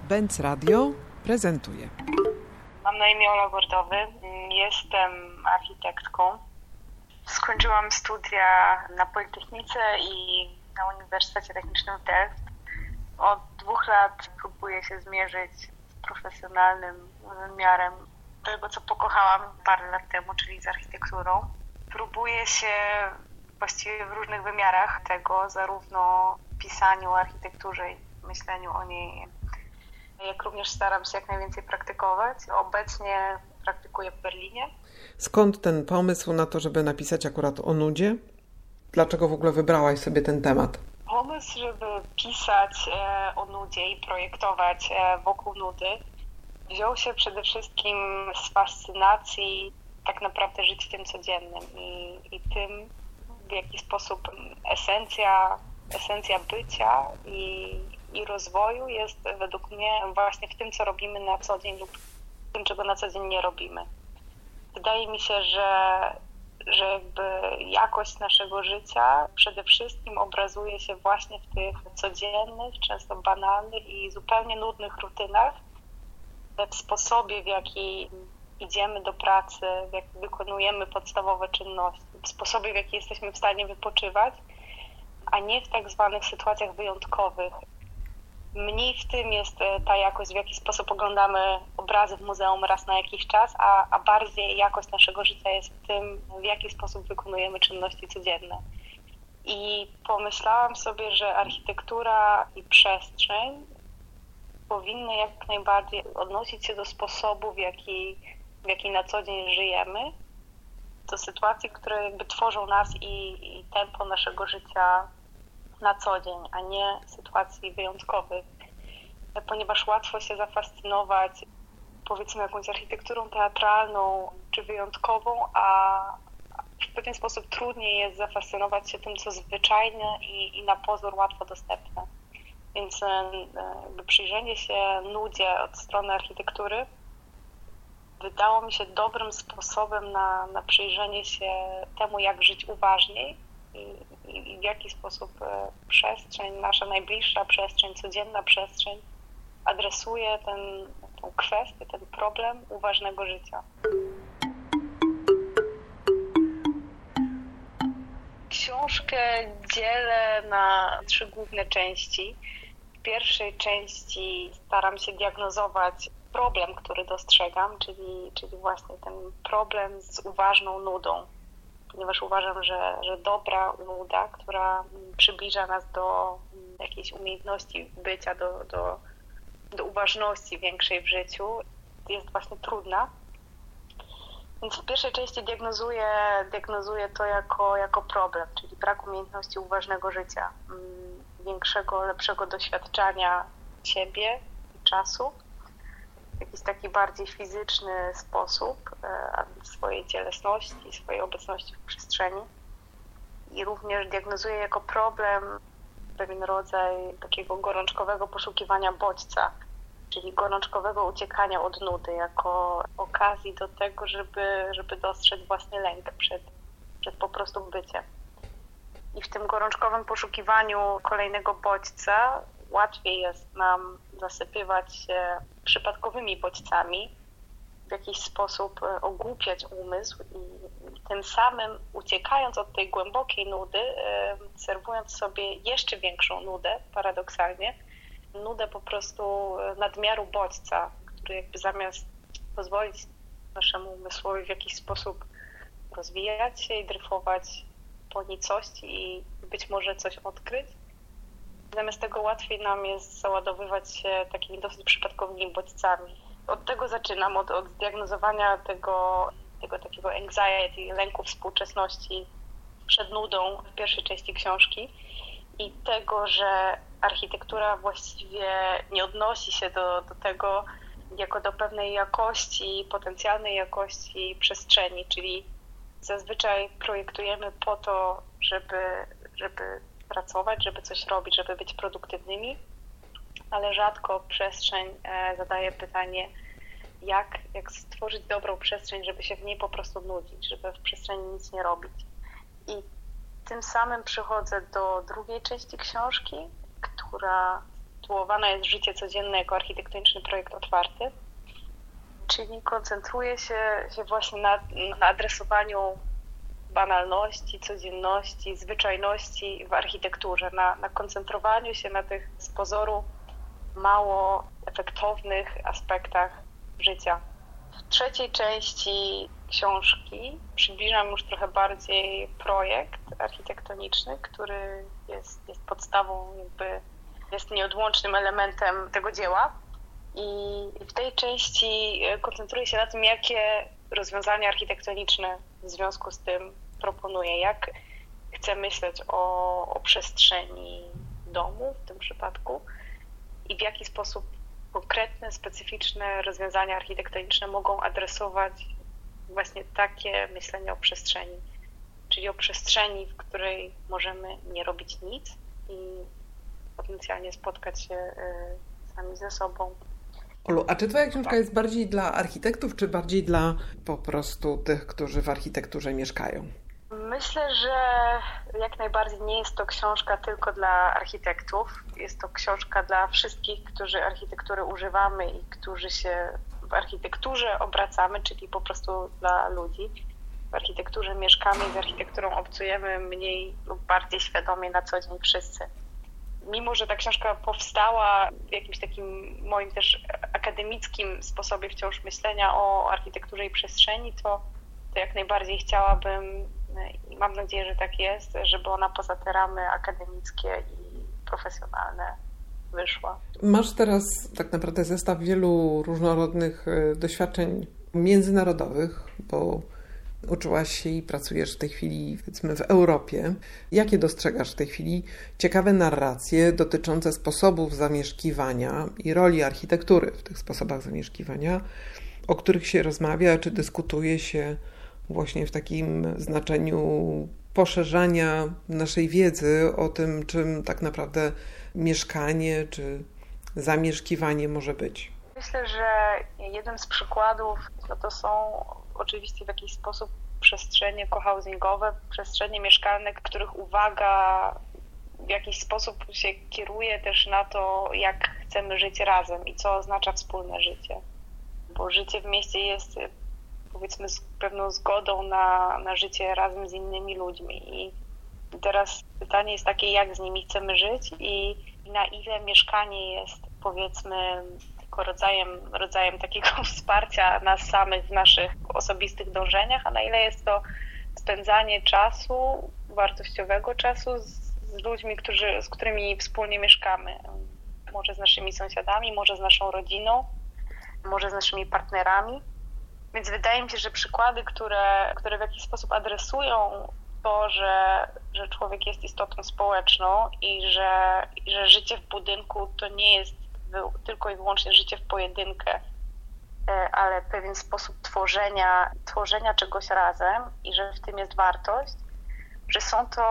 Benz Radio prezentuje. Mam na imię Ola Gordowy, jestem architektką. Skończyłam studia na Politechnice i na Uniwersytecie Technicznym w Delft. Od 2 lat próbuję się zmierzyć z profesjonalnym wymiarem tego, co pokochałam parę lat temu, czyli z architekturą. Próbuję się właściwie w różnych wymiarach tego, zarówno w pisaniu o architekturze i myśleniu o niej, jak również staram się jak najwięcej praktykować. Obecnie praktykuję w Berlinie. Skąd ten pomysł na to, żeby napisać akurat o nudzie? Dlaczego w ogóle wybrałaś sobie ten temat? Pomysł, żeby pisać o nudzie i projektować wokół nudy, wziął się przede wszystkim z fascynacji tak naprawdę życiem codziennym i tym, w jaki sposób esencja bycia i rozwoju jest według mnie właśnie w tym, co robimy na co dzień lub w tym, czego na co dzień nie robimy. Wydaje mi się, że jakby jakość naszego życia przede wszystkim obrazuje się właśnie w tych codziennych, często banalnych i zupełnie nudnych rutynach, w sposobie, w jaki idziemy do pracy, w jaki wykonujemy podstawowe czynności, w sposobie, w jaki jesteśmy w stanie wypoczywać, a nie w tak zwanych sytuacjach wyjątkowych. Mniej w tym jest ta jakość, w jaki sposób oglądamy obrazy w muzeum raz na jakiś czas, a bardziej jakość naszego życia jest w tym, w jaki sposób wykonujemy czynności codzienne. I pomyślałam sobie, że architektura i przestrzeń powinny jak najbardziej odnosić się do sposobu, w jaki na co dzień żyjemy, do sytuacji, które jakby tworzą nas i tempo naszego życia na co dzień, a nie sytuacji wyjątkowych. Ponieważ łatwo się zafascynować, powiedzmy, jakąś architekturą teatralną czy wyjątkową, a w pewien sposób trudniej jest zafascynować się tym, co zwyczajne i na pozór łatwo dostępne. Więc jakby przyjrzenie się nudzie od strony architektury wydało mi się dobrym sposobem na przyjrzenie się temu, jak żyć uważniej i w jaki sposób przestrzeń, nasza najbliższa przestrzeń, codzienna przestrzeń adresuje tę kwestię, ten problem uważnego życia. Książkę dzielę na 3 główne części. W pierwszej części staram się diagnozować problem, który dostrzegam, czyli właśnie ten problem z uważną nudą. Ponieważ uważam, że dobra nuda, która przybliża nas do jakiejś umiejętności bycia, do uważności większej w życiu, jest właśnie trudna. Więc w pierwszej części diagnozuję to jako problem, czyli brak umiejętności uważnego życia, większego, lepszego doświadczania siebie i czasu w jakiś taki bardziej fizyczny sposób, swojej cielesności, swojej obecności w przestrzeni. I również diagnozuję jako problem pewien rodzaj takiego gorączkowego poszukiwania bodźca, czyli gorączkowego uciekania od nudy, jako okazji do tego, żeby dostrzec własny lęk przed po prostu byciem. I w tym gorączkowym poszukiwaniu kolejnego bodźca łatwiej jest nam zasypywać się przypadkowymi bodźcami, w jakiś sposób ogłupiać umysł i tym samym uciekając od tej głębokiej nudy, serwując sobie jeszcze większą nudę, paradoksalnie, nudę po prostu nadmiaru bodźca, który jakby zamiast pozwolić naszemu umysłowi w jakiś sposób rozwijać się i dryfować po nicości i być może coś odkryć, zamiast tego łatwiej nam jest załadowywać się takimi dosyć przypadkowymi bodźcami. Od tego zaczynam, od zdiagnozowania tego takiego anxiety, lęku współczesności przed nudą w pierwszej części książki i tego, że architektura właściwie nie odnosi się do tego jako do pewnej jakości, potencjalnej jakości przestrzeni, czyli zazwyczaj projektujemy po to, żeby pracować, żeby coś robić, żeby być produktywnymi, ale rzadko przestrzeń zadaje pytanie, jak stworzyć dobrą przestrzeń, żeby się w niej po prostu nudzić, żeby w przestrzeni nic nie robić. I tym samym przychodzę do drugiej części książki, która tytułowana jest Życie codzienne jako architektoniczny projekt otwarty, czyli koncentruje się właśnie na adresowaniu banalności, codzienności, zwyczajności w architekturze, na koncentrowaniu się na tych z pozoru mało efektownych aspektach życia. W trzeciej części książki przybliżam już trochę bardziej projekt architektoniczny, który jest podstawą, jest nieodłącznym elementem tego dzieła. I w tej części koncentruję się na tym, jakie rozwiązania architektoniczne w związku z tym proponuję, jak chcę myśleć o przestrzeni domu w tym przypadku i w jaki sposób konkretne, specyficzne rozwiązania architektoniczne mogą adresować właśnie takie myślenie o przestrzeni, czyli o przestrzeni, w której możemy nie robić nic i potencjalnie spotkać się sami ze sobą. Olu, a czy twoja książka jest bardziej dla architektów, czy bardziej dla po prostu tych, którzy w architekturze mieszkają? Myślę, że jak najbardziej nie jest to książka tylko dla architektów. Jest to książka dla wszystkich, którzy architektury używamy i którzy się w architekturze obracamy, czyli po prostu dla ludzi. W architekturze mieszkamy i z architekturą obcujemy mniej lub bardziej świadomie na co dzień wszyscy. Mimo że ta książka powstała w jakimś takim moim też akademickim sposobie wciąż myślenia o architekturze i przestrzeni, to jak najbardziej chciałabym i mam nadzieję, że tak jest, żeby ona poza te ramy akademickie i profesjonalne wyszła. Masz teraz tak naprawdę zestaw wielu różnorodnych doświadczeń międzynarodowych, bo uczyłaś się i pracujesz w tej chwili, powiedzmy, w Europie. Jakie dostrzegasz w tej chwili ciekawe narracje dotyczące sposobów zamieszkiwania i roli architektury w tych sposobach zamieszkiwania, o których się rozmawia, czy dyskutuje się właśnie w takim znaczeniu poszerzania naszej wiedzy o tym, czym tak naprawdę mieszkanie czy zamieszkiwanie może być? Myślę, że jednym z przykładów to są oczywiście w jakiś sposób przestrzenie cohousingowe, przestrzenie mieszkalne, których uwaga w jakiś sposób się kieruje też na to, jak chcemy żyć razem i co oznacza wspólne życie. Bo życie w mieście jest, powiedzmy, z pewną zgodą na życie razem z innymi ludźmi. I teraz pytanie jest takie, jak z nimi chcemy żyć i na ile mieszkanie jest, powiedzmy, tylko rodzajem takiego wsparcia nas samych w naszych osobistych dążeniach, a na ile jest to spędzanie czasu, wartościowego czasu z ludźmi, z którymi wspólnie mieszkamy. Może z naszymi sąsiadami, może z naszą rodziną, może z naszymi partnerami. Więc wydaje mi się, że przykłady, które w jakiś sposób adresują to, że człowiek jest istotą społeczną i że życie w budynku to nie jest tylko i wyłącznie życie w pojedynkę, ale pewien sposób tworzenia czegoś razem i że w tym jest wartość, że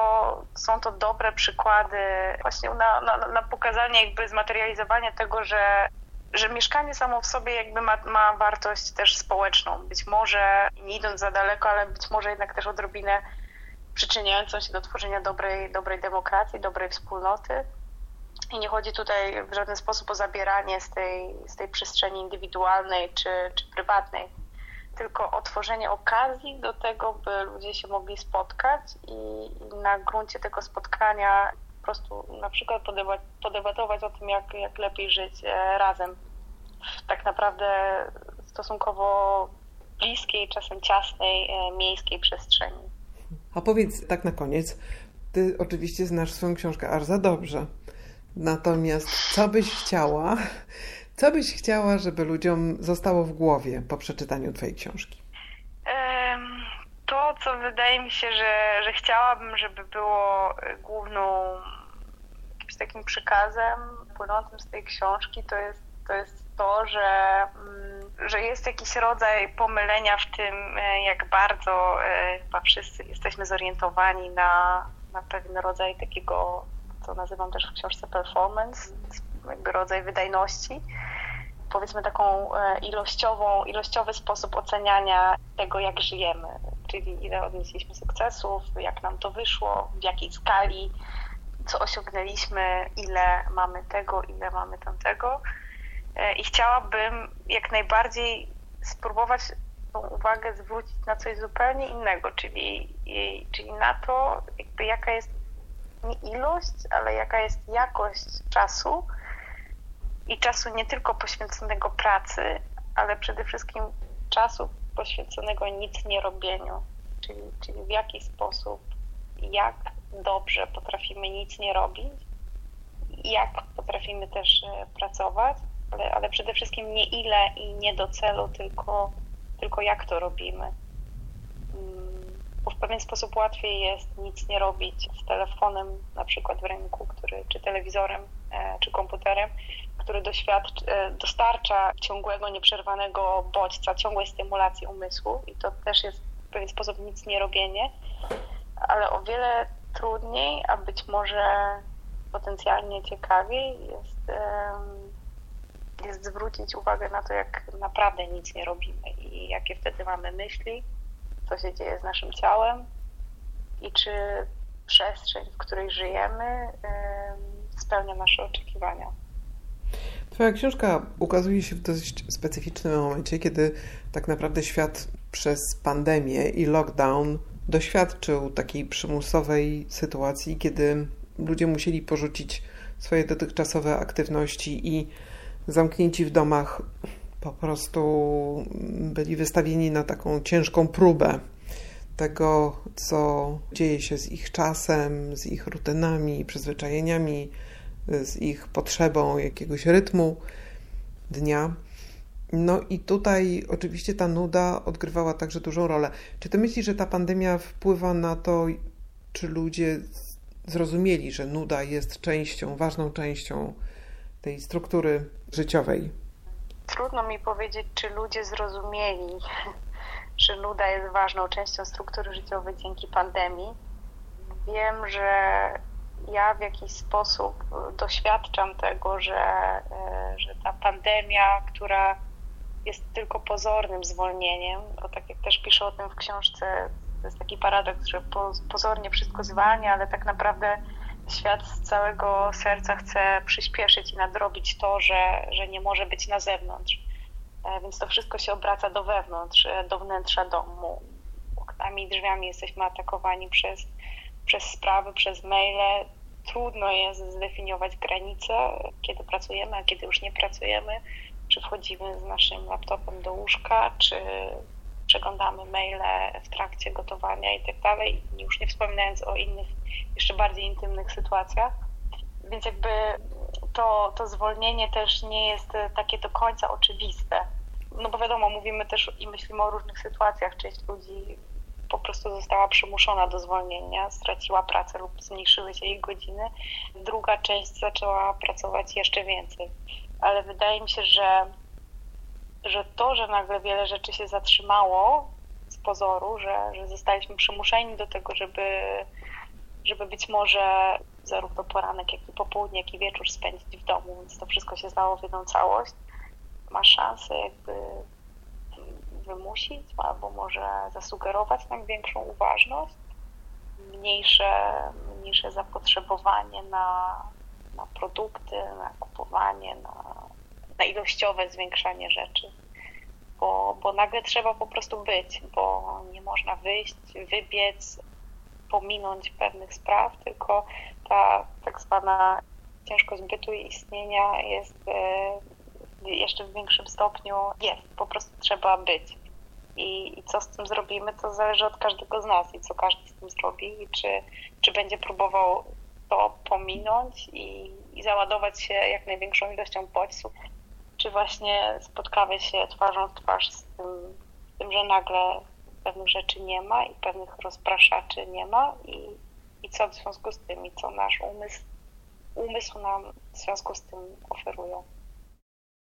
są to dobre przykłady właśnie na pokazanie, jakby zmaterializowanie tego, że mieszkanie samo w sobie jakby ma wartość też społeczną. Być może, nie idąc za daleko, ale być może jednak też odrobinę przyczyniającą się do tworzenia dobrej demokracji, dobrej wspólnoty. I nie chodzi tutaj w żaden sposób o zabieranie z tej przestrzeni indywidualnej czy prywatnej, tylko o tworzenie okazji do tego, by ludzie się mogli spotkać i na gruncie tego spotkania po prostu na przykład podebatować o tym, jak lepiej żyć razem w tak naprawdę stosunkowo bliskiej, czasem ciasnej, miejskiej przestrzeni. A powiedz tak na koniec, ty oczywiście znasz swoją książkę aż za dobrze. Natomiast co byś chciała, żeby ludziom zostało w głowie po przeczytaniu twojej książki? To, co wydaje mi się, że chciałabym, żeby było jakimś takim przekazem płynącym z tej książki, to jest to, że jest jakiś rodzaj pomylenia w tym, jak bardzo chyba wszyscy jesteśmy zorientowani na pewien rodzaj takiego, co nazywam też w książce performance, jakby rodzaj wydajności. Powiedzmy taką ilościowy sposób oceniania tego, jak żyjemy, czyli ile odnieśliśmy sukcesów, jak nam to wyszło, w jakiej skali, co osiągnęliśmy, ile mamy tego, ile mamy tamtego. I chciałabym jak najbardziej spróbować tą uwagę zwrócić na coś zupełnie innego, czyli na to, jakby jaka jest nie ilość, ale jaka jest jakość czasu i czasu nie tylko poświęconego pracy, ale przede wszystkim czasu poświęconego nic nie robieniu, czyli w jaki sposób, jak dobrze potrafimy nic nie robić, jak potrafimy też pracować, ale przede wszystkim nie ile i nie do celu, tylko jak to robimy. Bo w pewien sposób łatwiej jest nic nie robić z telefonem na przykład w ręku, czy telewizorem, czy komputerem, który dostarcza ciągłego, nieprzerwanego bodźca, ciągłej stymulacji umysłu i to też jest w pewien sposób nic nie robienie, ale o wiele trudniej, a być może potencjalnie ciekawiej jest zwrócić uwagę na to, jak naprawdę nic nie robimy i jakie wtedy mamy myśli, co się dzieje z naszym ciałem i czy przestrzeń, w której żyjemy, spełnia nasze oczekiwania. Twoja książka ukazuje się w dość specyficznym momencie, kiedy tak naprawdę świat przez pandemię i lockdown doświadczył takiej przymusowej sytuacji, kiedy ludzie musieli porzucić swoje dotychczasowe aktywności i zamknięci w domach po prostu byli wystawieni na taką ciężką próbę tego, co dzieje się z ich czasem, z ich rutynami, przyzwyczajeniami, z ich potrzebą jakiegoś rytmu dnia. No i tutaj oczywiście ta nuda odgrywała także dużą rolę. Czy ty myślisz, że ta pandemia wpływa na to, czy ludzie zrozumieli, że nuda jest ważną częścią tej struktury życiowej? Trudno mi powiedzieć, czy ludzie zrozumieli, że nuda jest ważną częścią struktury życiowej dzięki pandemii. Wiem, że ja w jakiś sposób doświadczam tego, że ta pandemia, która jest tylko pozornym zwolnieniem, bo tak jak też piszę o tym w książce, to jest taki paradoks, że pozornie wszystko zwalnia, ale tak naprawdę świat z całego serca chce przyspieszyć i nadrobić to, że nie może być na zewnątrz. Więc to wszystko się obraca do wewnątrz, do wnętrza domu. Oknami i drzwiami jesteśmy atakowani przez sprawy, przez maile. Trudno jest zdefiniować granice, kiedy pracujemy, a kiedy już nie pracujemy. Czy wchodzimy z naszym laptopem do łóżka, czy przeglądamy maile w trakcie gotowania i tak dalej. Już nie wspominając o innych, jeszcze bardziej intymnych sytuacjach. Więc jakby to zwolnienie też nie jest takie do końca oczywiste. No bo wiadomo, mówimy też i myślimy o różnych sytuacjach. Część ludzi po prostu została przymuszona do zwolnienia, straciła pracę lub zmniejszyły się jej godziny. Druga część zaczęła pracować jeszcze więcej. Ale wydaje mi się, że to, że nagle wiele rzeczy się zatrzymało z pozoru, że zostaliśmy przymuszeni do tego, żeby być może zarówno poranek, jak i popołudnie, jak i wieczór spędzić w domu, więc to wszystko się zdało w jedną całość. Ma szansę jakby wymusić albo może zasugerować nam większą uważność, mniejsze zapotrzebowanie na produkty, na kupowanie, na ilościowe zwiększanie rzeczy. Bo nagle trzeba po prostu być, bo nie można wyjść, wybiec, pominąć pewnych spraw, tylko ta tak zwana ciężkość bytu i istnienia jest jeszcze w większym stopniu po prostu trzeba być. I co z tym zrobimy, to zależy od każdego z nas i co każdy z tym zrobi i czy będzie próbował to pominąć i załadować się jak największą ilością bodźców, czy właśnie spotkamy się twarzą w twarz z tym, że nagle pewnych rzeczy nie ma i pewnych rozpraszaczy nie ma i co w związku z tym i co nasz umysł nam w związku z tym oferuje.